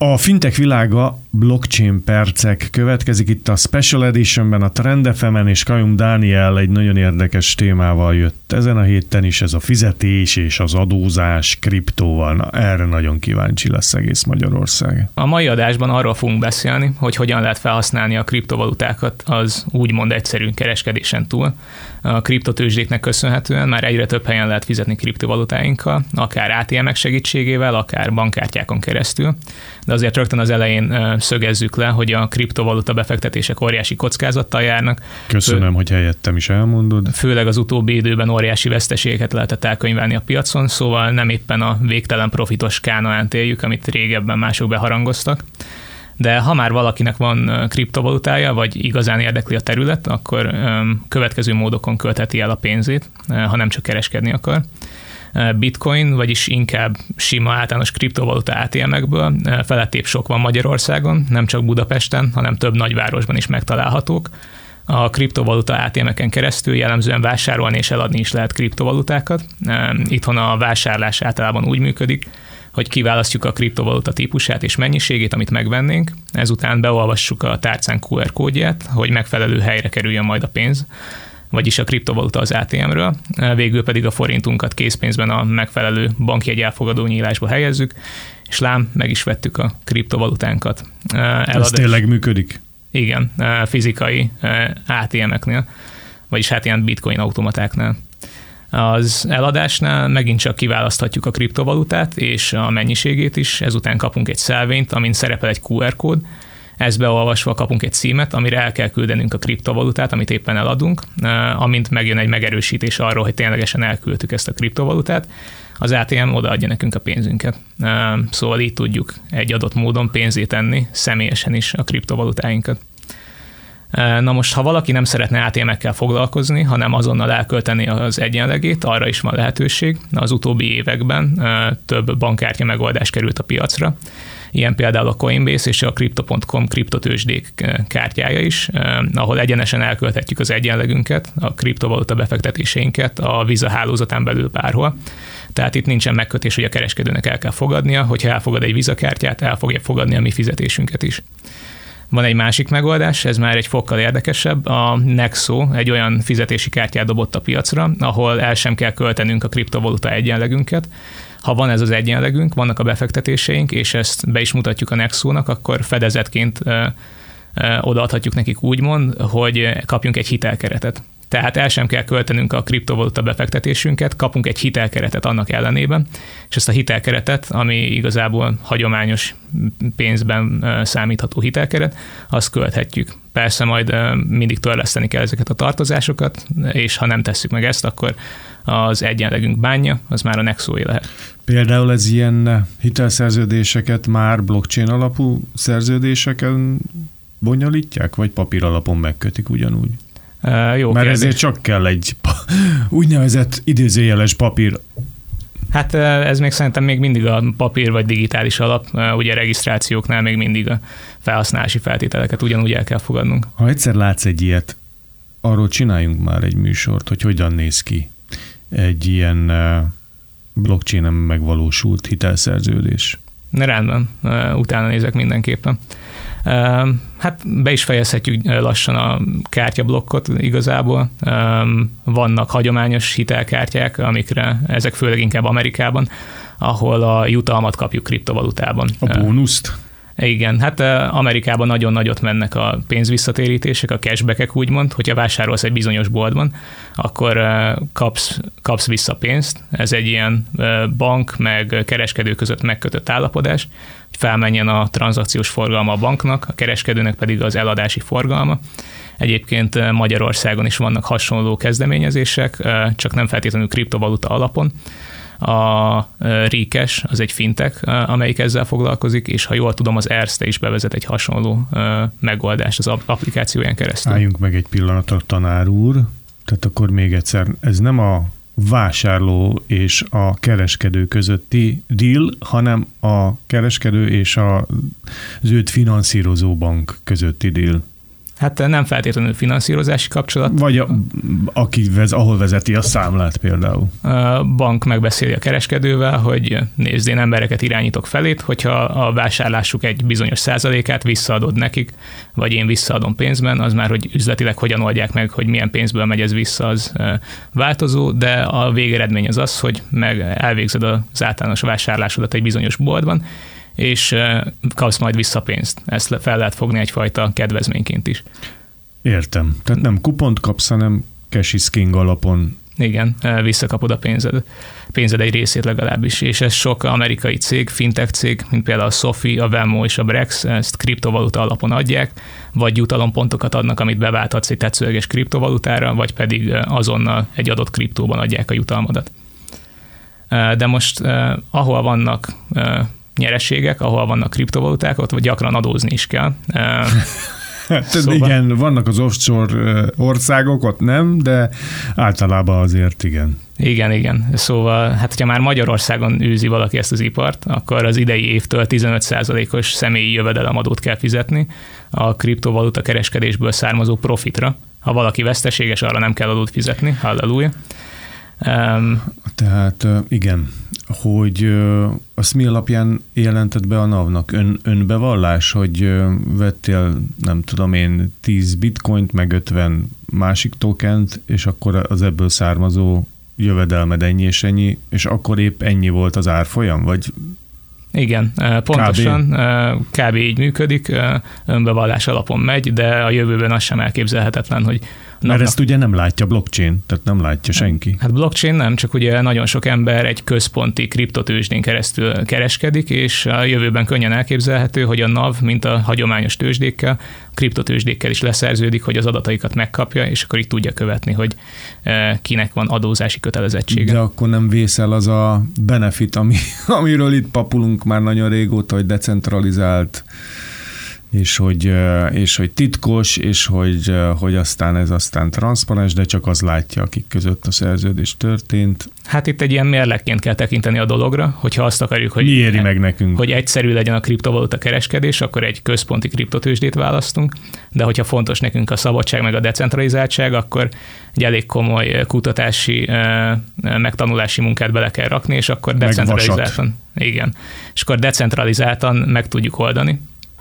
A fintech világa blockchain percek következik itt a Special Editionben, a Trend FM-en, és Kajum Dániel egy nagyon érdekes témával jött ezen a héten is, ez a fizetés és az adózás kriptóval. Na, erre nagyon kíváncsi lesz egész Magyarország. A mai adásban arról fogunk beszélni, hogy hogyan lehet felhasználni a kriptovalutákat az úgymond egyszerű kereskedésen túl. A kriptotőzsdéknek köszönhetően már egyre több helyen lehet fizetni kriptovalutáinkkal, akár ATM-ek segítségével, akár bankkártyákon keresztül. De azért rögtön az elején szögezzük le, hogy a kriptovaluta befektetések óriási kockázattal járnak. Köszönöm, hogy helyettem is elmondod. Főleg az utóbbi időben óriási veszteségeket lehetett elkönyvelni a piacon, szóval nem éppen a végtelen profitos kánaánt éljük, amit régebben mások beharangoztak. De ha már valakinek van kriptovalutája, vagy igazán érdekli a terület, akkor következő módokon költheti el a pénzét, ha nem csak kereskedni akar. Bitcoin, vagyis inkább sima általános kriptovaluta ATM-ekből felettébb sok van Magyarországon, nem csak Budapesten, hanem több nagyvárosban is megtalálhatók. A kriptovaluta ATM-eken keresztül jellemzően vásárolni és eladni is lehet kriptovalutákat. Itthon a vásárlás általában úgy működik, hogy kiválasztjuk a kriptovaluta típusát és mennyiségét, amit megvennénk, ezután beolvassuk a tárcán QR kódját, hogy megfelelő helyre kerüljön majd a pénz, vagyis a kriptovaluta az ATM-ről, végül pedig a forintunkat készpénzben a megfelelő bankjegy elfogadó nyílásba helyezzük, és lám, meg is vettük a kriptovalutánkat. Ez tényleg működik? Igen, fizikai ATM-eknél, vagyis hát ilyen bitcoin automatáknál. Az eladásnál megint csak kiválaszthatjuk a kriptovalutát és a mennyiségét is, ezután kapunk egy szelvényt, amin szerepel egy QR kód, ezt beolvasva kapunk egy címet, amire el kell küldenünk a kriptovalutát, amit éppen eladunk, amint megjön egy megerősítés arról, hogy ténylegesen elküldtük ezt a kriptovalutát, az ATM odaadja nekünk a pénzünket. Szóval így tudjuk egy adott módon pénzé tenni személyesen is a kriptovalutáinkat. Na most, ha valaki nem szeretne ATM-ekkel foglalkozni, hanem azonnal elkölteni az egyenlegét, arra is van lehetőség. Az utóbbi években több bankkártya megoldás került a piacra. Ilyen például a Coinbase és a Crypto.com kriptotőzsdék kártyája is, ahol egyenesen elkölthetjük az egyenlegünket, a kriptovaluta befektetéseinket a Visa hálózatán belül bárhol. Tehát itt nincsen megkötés, hogy a kereskedőnek el kell fogadnia, hogyha elfogad egy Visa kártyát, el fogja fogadni a mi fizetésünket is. Van egy másik megoldás, ez már egy fokkal érdekesebb, a Nexo egy olyan fizetési kártyát dobott a piacra, ahol el sem kell költenünk a kriptovaluta egyenlegünket. Ha van ez az egyenlegünk, vannak a befektetéseink, és ezt be is mutatjuk a Nexónak, akkor fedezetként odaadhatjuk nekik úgymond, hogy kapjunk egy hitelkeretet. Tehát el sem kell költenünk a kriptovaluta befektetésünket, kapunk egy hitelkeretet annak ellenében, és ezt a hitelkeretet, ami igazából hagyományos pénzben számítható hitelkeret, azt költhetjük. Persze majd mindig törleszteni kell ezeket a tartozásokat, és ha nem tesszük meg ezt, akkor az egyenlegünk bánja, az már a Nexóé lehet. Például ez ilyen hitelszerződéseket már blockchain alapú szerződéseken bonyolítják, vagy papír alapon megkötik ugyanúgy? Jó mert kérdés. ezért csak kell egy úgynevezett idézőjeles papír. Hát ez még szerintem még mindig a papír vagy digitális alap, ugye regisztrációknál még mindig a felhasználási feltételeket ugyanúgy el kell fogadnunk. Ha egyszer látsz egy ilyet, arról csináljunk már egy műsort, hogy hogyan néz ki egy ilyen blockchainen megvalósult hitelszerződés. Rendben, utána nézek mindenképpen. Hát be is fejezhetjük lassan a kártyablokkot igazából. Vannak hagyományos hitelkártyák, amikre ezek főleg inkább Amerikában, ahol a jutalmat kapjuk kriptovalutában. A bónuszt? Igen, hát Amerikában nagyon nagyot mennek a pénzvisszatérítések, a cashbackek úgymond, hogyha vásárolsz egy bizonyos boltban, akkor kapsz vissza pénzt. Ez egy ilyen bank meg kereskedő között megkötött állapodás, hogy felmenjen a tranzakciós forgalma a banknak, a kereskedőnek pedig az eladási forgalma. Egyébként Magyarországon is vannak hasonló kezdeményezések, csak nem feltétlenül kriptovaluta alapon. A Rikes, az egy fintech, amelyik ezzel foglalkozik, és ha jól tudom, az Erste is bevezet egy hasonló megoldást az applikációján keresztül. Álljunk meg egy pillanatra, tanár úr. Tehát akkor még egyszer, ez nem a vásárló és a kereskedő közötti deal, hanem a kereskedő és az őt finanszírozó bank közötti deal. Hát nem feltétlenül finanszírozási kapcsolat. Vagy ahol vezeti a számlát például. A bank megbeszéli a kereskedővel, hogy nézd, én embereket irányítok felét, hogyha a vásárlásuk egy bizonyos százalékát visszaadod nekik, vagy én visszaadom pénzben, az már, hogy üzletileg hogyan oldják meg, hogy milyen pénzből megy ez vissza, az változó, de a végeredmény az, hogy meg elvégzed az általános vásárlásodat egy bizonyos boltban, és kapsz majd vissza pénzt. Ezt fel lehet fogni egyfajta kedvezményként is. Értem. Tehát nem kupont kapsz, hanem cash is king alapon. Igen, visszakapod a pénzed egy részét legalábbis, és ez sok amerikai cég, fintech cég, mint például a Sophie, a Venmo és a Brex, ezt kriptovaluta alapon adják, vagy jutalompontokat adnak, amit beválthatsz egy tetszőleges kriptovalutára, vagy pedig azonnal egy adott kriptóban adják a jutalmadat. De most ahol vannak nyereségek, ahol vannak kriptovaluták, ott gyakran adózni is kell. Szóval... Igen, vannak az offshore országok, ott nem, de általában azért igen. Igen. Szóval, hát hogyha már Magyarországon űzi valaki ezt az ipart, akkor az idei évtől 15%-os személyi jövedelemadót kell fizetni a kriptovaluta kereskedésből származó profitra. Ha valaki veszteséges, arra nem kell adót fizetni. Halleluja. Tehát igen, hogy azt mi alapján jelentett be a NAV-nak? Önbevallás, hogy vettél, nem tudom én, 10 bitcoint, meg 50 másik tokent, és akkor az ebből származó jövedelmed ennyi és ennyi, és akkor épp ennyi volt az árfolyam, vagy... Igen, pontosan, kb. Így működik, önbevallás alapon megy, de a jövőben az sem elképzelhetetlen, hogy... Mert ezt ugye nem látja blockchain, tehát nem látja senki. Hát blockchain nem, csak ugye nagyon sok ember egy központi kriptotőzsdén keresztül kereskedik, és a jövőben könnyen elképzelhető, hogy a NAV, mint a hagyományos tőzsdékkel, kriptotőzsdékkel is leszerződik, hogy az adataikat megkapja, és akkor így tudja követni, hogy kinek van adózási kötelezettsége. De akkor nem vészel az a benefit, amiről itt papulunk már nagyon régóta, hogy decentralizált, és hogy titkos, és hogy aztán ez aztán transzparens, de csak az látja, akik között a szerződés történt. Hát itt egy ilyen mérlegként kell tekinteni a dologra, hogyha azt akarjuk, hogy, mi éri meg nekünk? Hogy egyszerű legyen a kriptovaluta kereskedés, akkor egy központi kriptotőzsdét választunk, de hogyha fontos nekünk a szabadság meg a decentralizáltság, akkor egy elég komoly kutatási, megtanulási munkát bele kell rakni, és akkor decentralizáltan. Igen. És akkor decentralizáltan meg tudjuk oldani.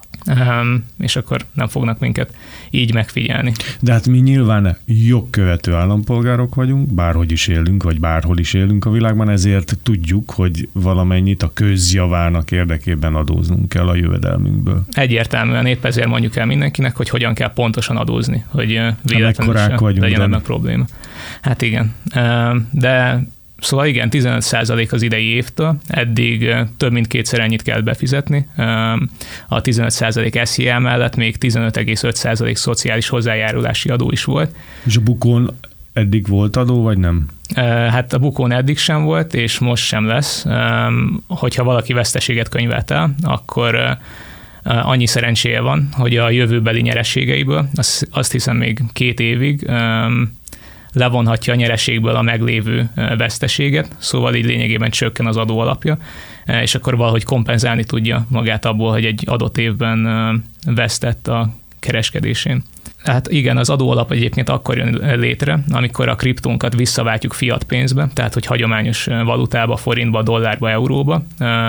És akkor nem fognak minket így megfigyelni. De hát mi nyilván jogkövető állampolgárok vagyunk, bárhogy is élünk, vagy bárhol is élünk a világban, ezért tudjuk, hogy valamennyit a közjavának érdekében adóznunk kell a jövedelmünkből. Egyértelműen épp ezért mondjuk el mindenkinek, hogy hogyan kell pontosan adózni, hogy véletlenül legyen ennek probléma. Hát igen, de szóval igen, 15% az idei évtől, eddig több mint kétszer ennyit kell befizetni. A 15% SZIA mellett még 15,5% szociális hozzájárulási adó is volt. És a bukón eddig volt adó, vagy nem? Hát a bukón eddig sem volt, és most sem lesz. Hogyha valaki veszteséget könyvelt el, akkor annyi szerencséje van, hogy a jövőbeli nyereségeiből, azt hiszem még 2 évig, levonhatja a nyereségből a meglévő veszteséget, szóval így lényegében csökken az adó alapja, és akkor valahogy kompenzálni tudja magát abból, hogy egy adott évben vesztett a kereskedésén. Hát igen, az adóalap egyébként akkor jön létre, amikor a kriptónkat visszaváltjuk fiat pénzbe, tehát hogy hagyományos valutába, forintba, dollárba, euróba,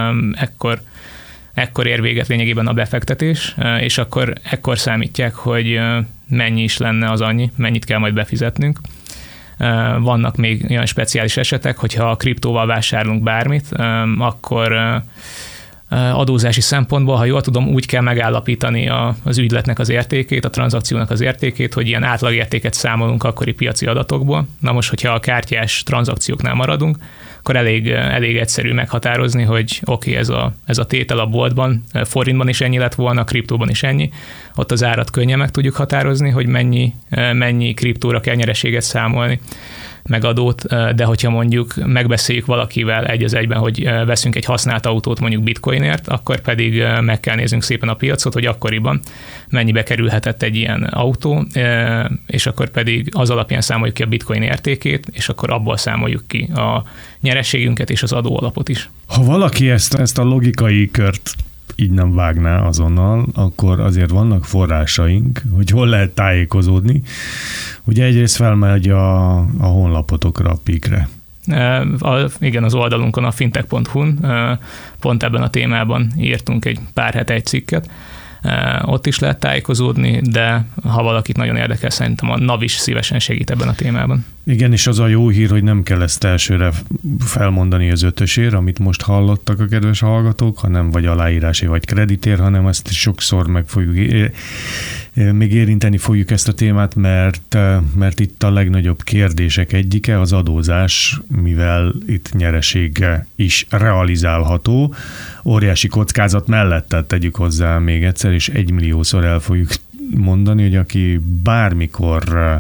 ekkor ér véget lényegében a befektetés, és ekkor számítják, hogy mennyi is lenne az annyi, mennyit kell majd befizetnünk. Vannak még olyan speciális esetek, hogyha a kriptóval vásárolunk bármit, akkor adózási szempontból, ha jól tudom, úgy kell megállapítani az ügyletnek az értékét, a tranzakciónak az értékét, hogy ilyen átlagértéket számolunk akkori piaci adatokból. Na most, hogyha a kártyás tranzakcióknál maradunk, akkor elég egyszerű meghatározni, hogy oké, ez a tétel a boltban, forintban is ennyi lett volna, kriptóban is ennyi. Ott az árat könnyen meg tudjuk határozni, hogy mennyi kriptóra kell nyereséget számolni, meg adót, de hogyha mondjuk megbeszéljük valakivel egy az egyben, hogy veszünk egy használt autót mondjuk bitcoinért, akkor pedig meg kell néznünk szépen a piacot, hogy akkoriban mennyibe kerülhetett egy ilyen autó, és akkor pedig az alapján számoljuk ki a bitcoin értékét, és akkor abból számoljuk ki a nyereségünket és az adóalapot is. Ha valaki ezt a logikai kört így nem vágná azonnal, akkor azért vannak forrásaink, hogy hol lehet tájékozódni. Ugye egyrészt felmegy a honlapotokra, a PIK-re. Igen, az oldalunkon, a fintech.hu-n pont ebben a témában írtunk egy pár hete egy cikket. Ott is lehet tájékozódni, de ha valakit nagyon érdekel, szerintem a NAV is szívesen segít ebben a témában. Igen, és az a jó hír, hogy nem kell ezt elsőre felmondani az 5-ösért, amit most hallottak a kedves hallgatók, hanem vagy aláírásé, vagy kreditér, hanem ezt sokszor meg fogjuk még érinteni fogjuk ezt a témát, mert itt a legnagyobb kérdések egyike az adózás, mivel itt nyeresége is realizálható. Óriási kockázat mellett, tehát tegyük hozzá még egyszer, és 1 milliószor el fogjuk mondani, hogy aki bármikor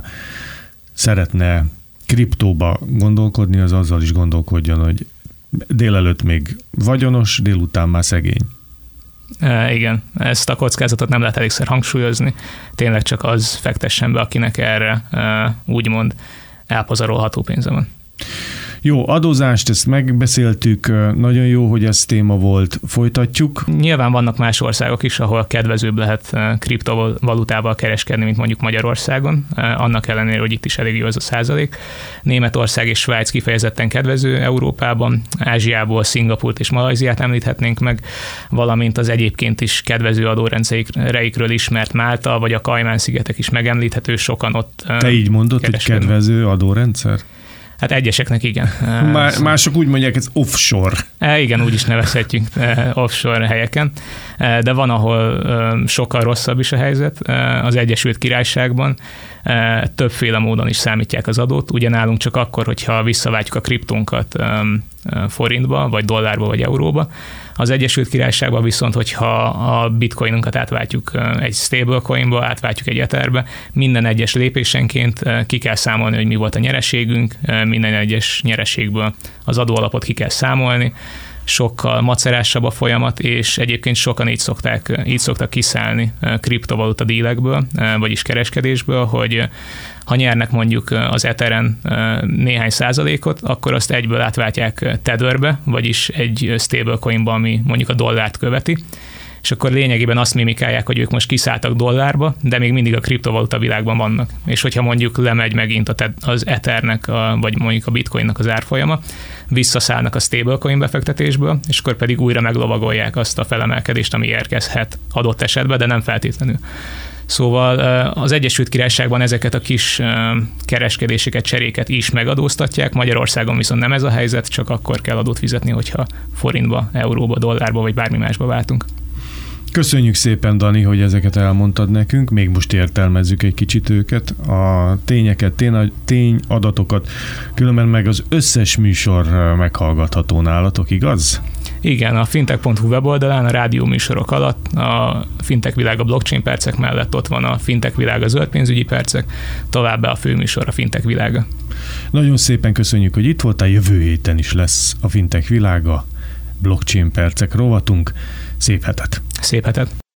szeretne kriptóba gondolkodni, az azzal is gondolkodjon, hogy délelőtt még vagyonos, délután már szegény. Igen, ezt a kockázatot nem lehet elégszer hangsúlyozni. Tényleg csak az fektessen be, akinek erre úgymond elpazarolható pénze van. Jó, adózást, ezt megbeszéltük, nagyon jó, hogy ez téma volt, folytatjuk. Nyilván vannak más országok is, ahol kedvezőbb lehet kriptovalutával kereskedni, mint mondjuk Magyarországon, annak ellenére, hogy itt is elég jó az a százalék. Németország és Svájc kifejezetten kedvező Európában, Ázsiából Szingapurt és Malajziát említhetnénk meg, valamint az egyébként is kedvező adórendszereikről ismert Málta, vagy a Kajmán-szigetek is megemlíthető, sokan ott Te így mondod, hogy kedvező adórendszer? Hát egyeseknek igen. Mások úgy mondják, ez offshore. Igen, úgy is nevezhetjük offshore helyeken, de van, ahol sokkal rosszabb is a helyzet. Az Egyesült Királyságban többféle módon is számítják az adót, ugye nálunk csak akkor, hogyha visszaváltjuk a kriptónkat forintba, vagy dollárba, vagy euróba. Az Egyesült Királyságban viszont, hogyha a bitcoinunkat átváltjuk egy stablecoinba, átváltjuk egy etherbe, minden egyes lépésenként ki kell számolni, hogy mi volt a nyereségünk, minden egyes nyereségből az adóalapot ki kell számolni, sokkal macerásabb a folyamat, és egyébként sokan így szoktak kiszállni kriptovaluta dílekből, vagyis kereskedésből, hogy ha nyernek mondjuk az Etheren néhány százalékot, akkor azt egyből átváltják Tetherbe, vagyis egy stablecoinba, ami mondjuk a dollárt követi, és akkor lényegében azt mimikálják, hogy ők most kiszálltak dollárba, de még mindig a kriptovaluta világban vannak. És hogyha mondjuk lemegy megint az Ethernek, vagy mondjuk a bitcoinnak az árfolyama, visszaszállnak a stablecoin befektetésből, és akkor pedig újra meglovagolják azt a felemelkedést, ami érkezhet adott esetben, de nem feltétlenül. Szóval az Egyesült Királyságban ezeket a kis kereskedéseket, cseréket is megadóztatják, Magyarországon viszont nem ez a helyzet, csak akkor kell adót fizetni, hogyha forintba, euróba, dollárba vagy bármi másba váltunk. Köszönjük szépen, Dani, hogy ezeket elmondtad nekünk, még most értelmezzük egy kicsit őket, a tényeket, tényadatokat, különben meg az összes műsor meghallgatható nálatok, igaz? Igen, a fintech.hu weboldalán a rádió műsorok alatt a Fintech Világ a blockchain percek mellett ott van a Fintech Világ a zöld pénzügyi percek, továbbá a főműsor a Fintech Világa. Nagyon szépen köszönjük, hogy itt voltál, jövő héten is lesz a Fintech Világa blockchain percek rovatunk. Szép hetet! Szép hetet!